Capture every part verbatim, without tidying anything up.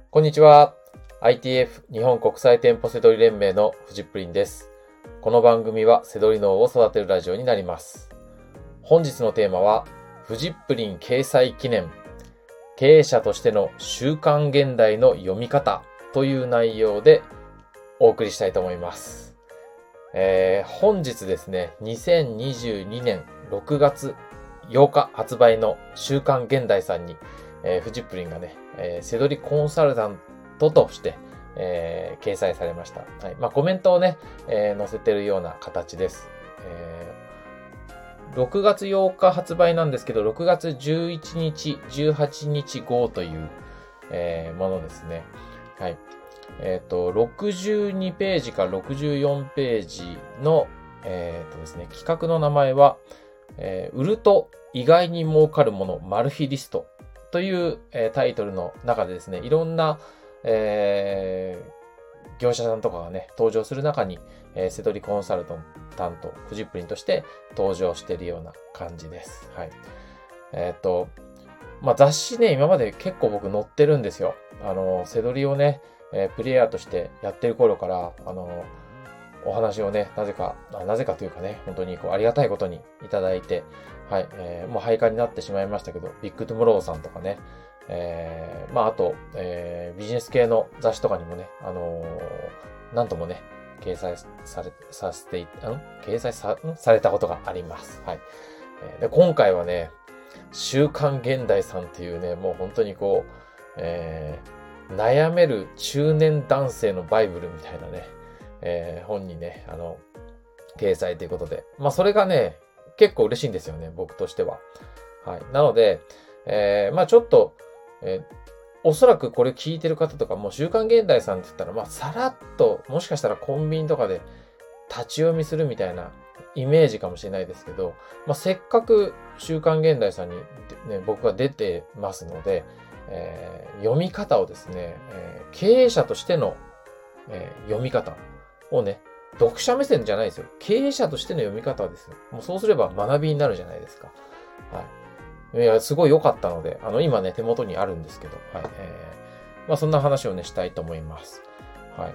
こんにちは。アイティーエフ 日本国際店舗セドリ連盟のフジップリンです。この番組はセドリ脳を育てるラジオになります。本日のテーマは、フジップリン掲載記念、経営者としての週刊現代の読み方という内容でお送りしたいと思います。えー、本日ですね、にせんにじゅうにねんろくがつようか発売の週刊現代さんに、えー、フジップリンがね、えー、セドリコンサルタントとして、えー、掲載されました。はい。まあ、コメントをね、えー、載せてるような形です。えー、ろくがつようか発売なんですけど、ろくがつじゅういちにち、じゅうはちにち号という、えー、ものですね。はい。えっと、ろくじゅうにページからろくじゅうよんページの、えっとですね、企画の名前は、えー、売ると意外に儲かるものマル秘リストという、えー、タイトルの中でですね、いろんな、えー、業者さんとかがね、登場する中に、えー、セドリコンサルタント、フジップリンとして登場しているような感じです。はい。えっと、まあ、雑誌ね、今まで結構僕載ってるんですよ。あの、セドリをね、えー、プレイヤーとしてやってる頃から、あの、お話をね、なぜか、なぜかというかね、本当にこうありがたいことにいただいて、はい、えー、もう廃刊になってしまいましたけど、ビッグトゥモローさんとかね、えー、まああと、えー、ビジネス系の雑誌とかにもね、あのー、なんともね、掲載され、させてい、ん掲載さ、されたことがあります。はい。で、今回はね、週刊現代さんっていうね、もう本当にこう、えー、悩める中年男性のバイブルみたいなね、えー、本にね、あの、掲載ということで。まあ、それがね、結構嬉しいんですよね、僕としては。はい。なので、えー、まあちょっと、えー、おそらくこれ聞いてる方とか、もう週刊現代さんって言ったら、まあさらっと、もしかしたらコンビニとかで立ち読みするみたいなイメージかもしれないですけど、まあせっかく週刊現代さんに、ね、僕が出てますので、えー、読み方をですね、えー、経営者としての、えー、読み方をね、読者目線じゃないですよ。経営者としての読み方ですよ。もうそうすれば学びになるじゃないですか。はい。いや、すごい良かったので、あの、今ね、手元にあるんですけど、はい。えー、まあ、そんな話をね、したいと思います。はい。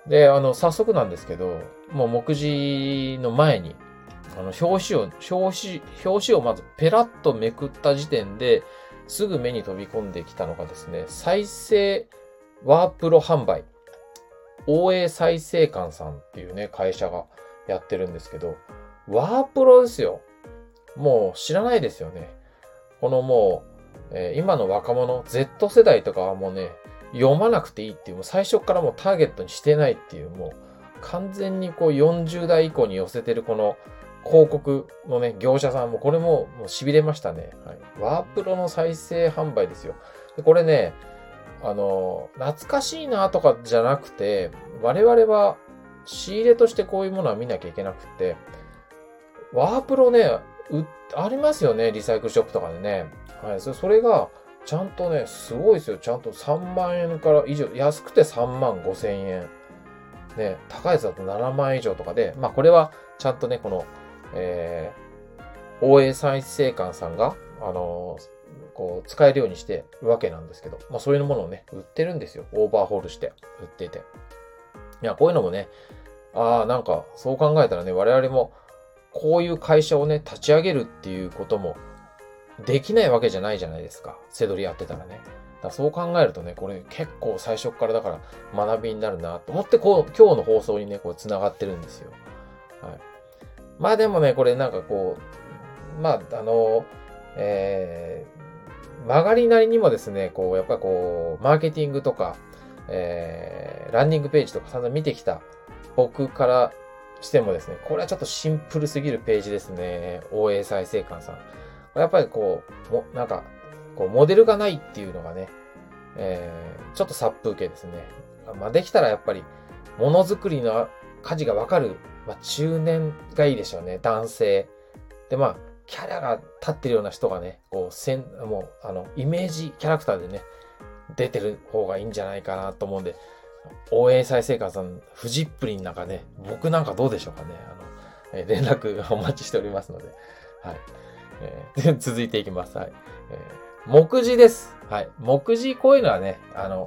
で、あの、早速なんですけど、もう目次の前に、あの、表紙を、表紙、表紙をまずペラッとめくった時点で、すぐ目に飛び込んできたのがですね、再生ワープロ販売。大江再生館さんっていうね、会社がやってるんですけど、ワープロですよ。もう知らないですよね。このもう、えー、今の若者、Z 世代とかはもうね、読まなくていいっていう、もう最初からもうターゲットにしてないっていう、もう完全にこうよんじゅう代以降に寄せてるこの広告のね、業者さんもこれももう痺れましたね。はい。ワープロの再生販売ですよ。でこれね、あの、懐かしいなとかじゃなくて、我々は仕入れとしてこういうものは見なきゃいけなくて、ワープロね、う、ありますよね、リサイクルショップとかでね。はい、そそれが、ちゃんとね、すごいですよ。ちゃんとさんまんえんから以上、安くてさんまんごせんえん。ね、高いやつだとななまんえん以上とかで、まあこれはちゃんとね、この、えー、大江再生館さんが、あのー、こう、使えるようにしてるわけなんですけど、まあそういうものをね、売ってるんですよ。オーバーホールして売っていて。いや、こういうのもね、ああ、なんか、そう考えたらね、我々も、こういう会社をね、立ち上げるっていうことも、できないわけじゃないじゃないですか。セドリやってたらね。だからそう考えるとね、これ結構最初からだから学びになるなと思って、こう、今日の放送にね、こう、繋がってるんですよ。はい。まあでもね、これなんかこう、まあ、あの、えー、曲がりなりにもですね、こう、やっぱりこう、マーケティングとか、えー、ランニングページとか散々見てきた僕からしてもですね、これはちょっとシンプルすぎるページですね。大江再生館さん。やっぱりこう、も、なんか、こう、モデルがないっていうのがね、えー、ちょっと殺風景ですね。まあ、できたらやっぱり、ものづくりの価値がわかる、まあ、中年がいいでしょうね。男性。で、まあ、キャラが立ってるような人がね、こう、せん、もう、あの、イメージキャラクターでね、出てる方がいいんじゃないかなと思うんで、応援再生館さん、フジップリンなんかね、僕なんかどうでしょうかね。あの、えー、連絡お待ちしておりますので。はい。えー、続いていきます。はい。えー、目次です。はい。目次、こういうのはね、あの、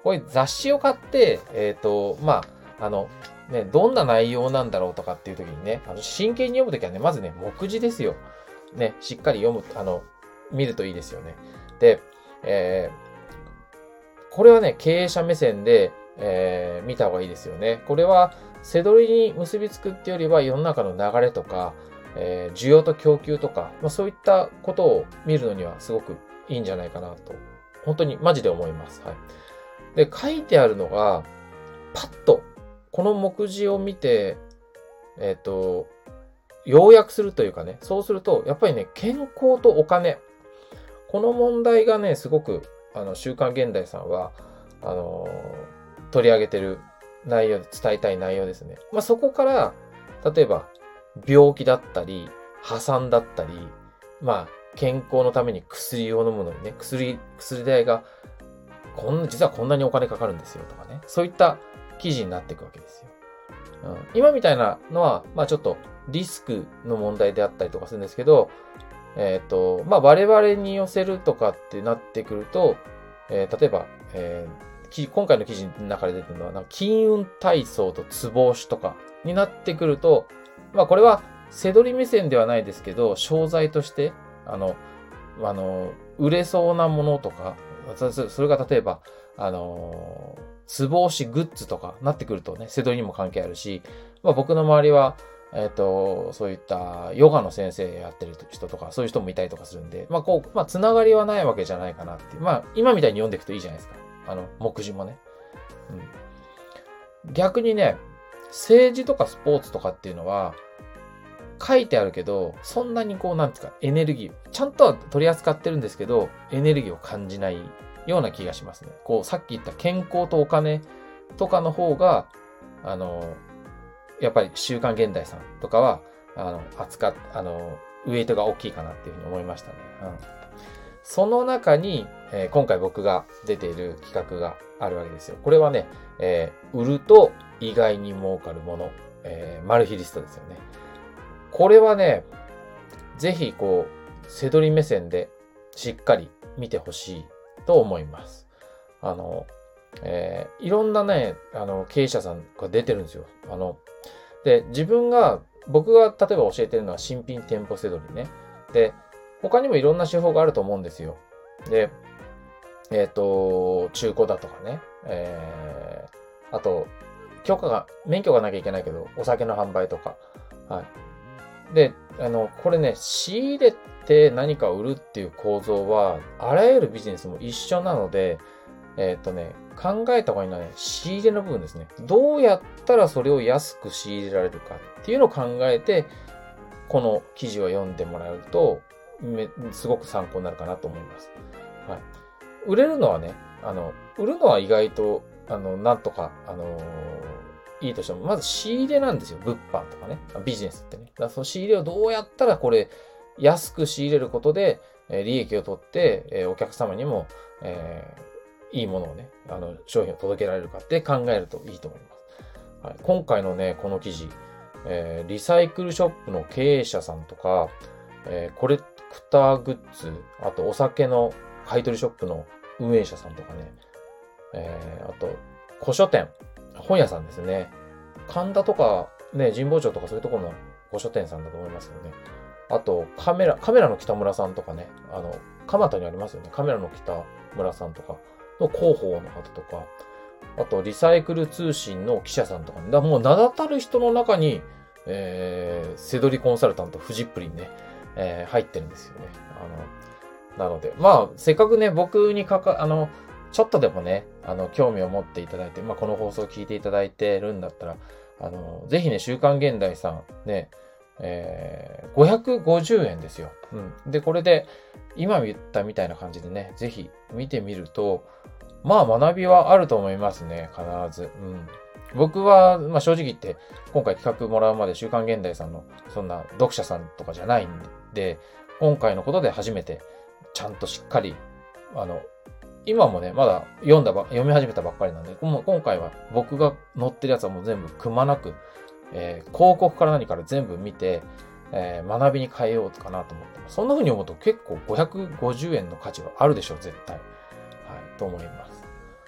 こういう雑誌を買って、えっと、まあ、あの、ね、どんな内容なんだろうとかっていう時にね、あの、真剣に読むときはね、まずね、目次ですよ。ね、しっかり読む、あの、見るといいですよね。で、えー、これはね、経営者目線で、えー、見た方がいいですよね。これは、背取りに結びつくってよりは、世の中の流れとか、えー、需要と供給とか、まあ、そういったことを見るのにはすごくいいんじゃないかなと、本当にマジで思います。はい。で、書いてあるのが、パッと、この目次を見て、えっと、要約するというかね、そうすると、やっぱりね、健康とお金。この問題がね、すごく、あの、週刊現代さんは、あのー、取り上げてる内容で、伝えたい内容ですね。まあ、そこから、例えば、病気だったり、破産だったり、まあ、健康のために薬を飲むのにね、薬、薬代が、こん、実はこんなにお金かかるんですよとかね。そういった記事になっていくわけですよ。うん、今みたいなのは、まあちょっとリスクの問題であったりとかするんですけど、えっと、まあ我々に寄せるとかってなってくると、えー、例えば、えー、今回の記事の中で出てるのは、なんか金運体操とツボ押しとかになってくると、まあこれは背取り目線ではないですけど、商材として、あの、あの、売れそうなものとか、それが例えば、あのー、ツボ押しグッズとかなってくるとね、背取りにも関係あるし、まあ僕の周りは、えっと、そういったヨガの先生やってる人とか、そういう人もいたりとかするんで、まあこう、まあつながりはないわけじゃないかなっていう。まあ今みたいに読んでいくといいじゃないですか。あの、目次もね。うん。逆にね、政治とかスポーツとかっていうのは、書いてあるけど、そんなにこう、なんですか、エネルギー、ちゃんとは取り扱ってるんですけど、エネルギーを感じないような気がしますね。こう、さっき言った健康とお金とかの方が、あの、やっぱり週刊現代さんとかは、あの、扱っ、あの、ウエイトが大きいかなっていうふうに思いましたね。うん。その中に、えー、今回僕が出ている企画があるわけですよ。これはね、えー、売ると意外に儲かるもの、えー、マル秘リストですよね。これはね、ぜひこう、背取り目線でしっかり見てほしいと思います。あの、えー、いろんなね、あの、経営者さんが出てるんですよ。あの、で、自分が、僕が例えば教えてるのは新品店舗背取りね。で、他にもいろんな手法があると思うんですよ。で、えっと、中古だとかね。えー、あと、許可が、免許がなきゃいけないけど、お酒の販売とか。はい。で、あの、これね、仕入れて何かを売るっていう構造は、あらゆるビジネスも一緒なので、えっとね、考えた方がいいのはね、仕入れの部分ですね。どうやったらそれを安く仕入れられるかっていうのを考えて、この記事を読んでもらうと、めすごく参考になるかなと思います。はい。売れるのはね、あの、売るのは意外と、あの、なんとか、あのー、いいとしても、まず仕入れなんですよ。物販とかね。ビジネスってね。だからその仕入れをどうやったらこれ、安く仕入れることで、えー、利益を取って、えー、お客様にも、えー、いいものをね、あの、商品を届けられるかって考えるといいと思います。はい。今回のね、この記事、えー、リサイクルショップの経営者さんとか、えー、コレクターグッズ、あとお酒の買い取りショップの運営者さんとかね、えー、あと、古書店、本屋さんですね。神田とか、ね、神保町とかそういうところの古書店さんだと思いますよね。あと、カメラ、カメラの北村さんとかね、あの、蒲田にありますよね。カメラの北村さんとかの広報の方とか、あと、リサイクル通信の記者さんとかね。だもう名だたる人の中に、えー、セドリコンサルタント、フジップリンね、えー、入ってるんですよね。あの、なので、まあ、せっかくね、僕にかか、あの、ちょっとでもね、あの、興味を持っていただいて、まあ、この放送を聞いていただいてるんだったら、あの、ぜひね、週刊現代さん、ね、えー、ごひゃくごじゅうえんですよ。うん。で、これで、今言ったみたいな感じでね、ぜひ見てみると、まあ、学びはあると思いますね、必ず。うん。僕は、まあ、正直言って、今回企画もらうまで週刊現代さんの、そんな読者さんとかじゃないんで、今回のことで初めて、ちゃんとしっかり、あの、今もね、まだ読んだば、読み始めたばっかりなんで、今回は僕が載ってるやつはもう全部くまなく、えー、広告から何から全部見て、えー、学びに変えようかなと思ってます。そんな風に思うと結構ごひゃくごじゅうえんの価値はあるでしょう、絶対。はい、と思います。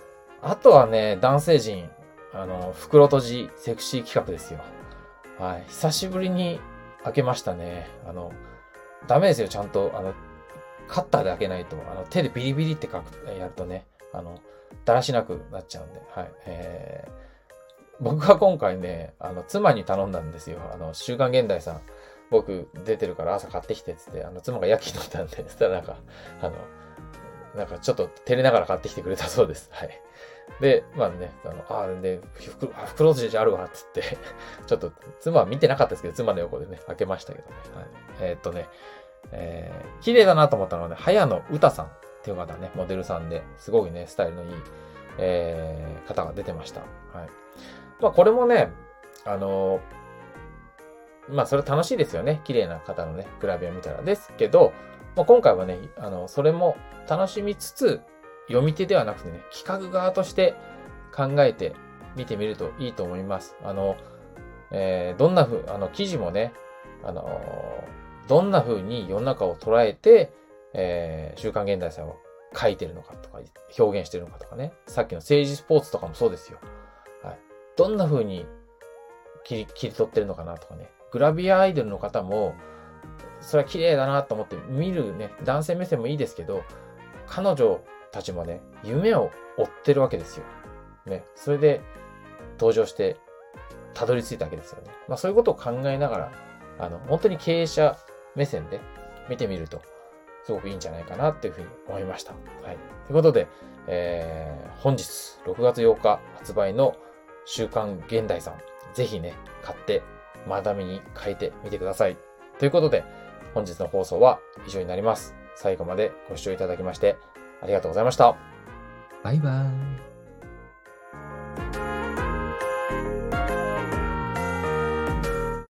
あとはね、男性陣、あの、袋閉じセクシー企画ですよ。はい。久しぶりに開けましたね。あの、ダメですよ、ちゃんと、あの、カッターで開けないと、あの、手でビリビリって書く、やるとね、あの、だらしなくなっちゃうんで、はい。えー、僕は今回ね、あの、妻に頼んだんですよ。あの、週刊現代さん、僕出てるから朝買ってきてっつって、あの、妻が夜勤飲んだんで、そしたらなんか、あの、なんかちょっと照れながら買ってきてくれたそうです。はい。で、まあね、あの、ああ、で、袋、あ、袋閉じあるわ、つって、ちょっと、妻は見てなかったですけど、妻の横でね、開けましたけどね。はい、えー、っとね、えー、綺麗だなと思ったのはね、早野歌さんっていう方ね、モデルさんで、すごいね、スタイルのいい、えー、方が出てました。はい。まあ、これもね、あのー、まあ、それ楽しいですよね。綺麗な方のね、グラビア見たら。ですけど、まあ、今回はね、あの、それも楽しみつつ、読み手ではなくてね、企画側として考えて見てみるといいと思います。あの、えー、どんな風、あの、記事もね、あのー、どんな風に世の中を捉えて、えー、週刊現代さんを書いてるのかとか、表現してるのかとかね、さっきの政治スポーツとかもそうですよ。はい。どんな風に切り、切り取ってるのかなとかね、グラビアアイドルの方も、それは綺麗だなと思って見るね、男性目線もいいですけど、彼女たちもね、夢を追ってるわけですよ。ね。それで登場してたどり着いたわけですよね。まあそういうことを考えながら、あの、本当に経営者目線で見てみると、すごくいいんじゃないかなっていうふうに思いました。はい。ということで、えー、本日ろくがつようか発売の週刊現代さん、ぜひね、買って学びに変えてみてください。ということで、本日の放送は以上になります。最後までご視聴いただきましてありがとうございました。 バイバーイ。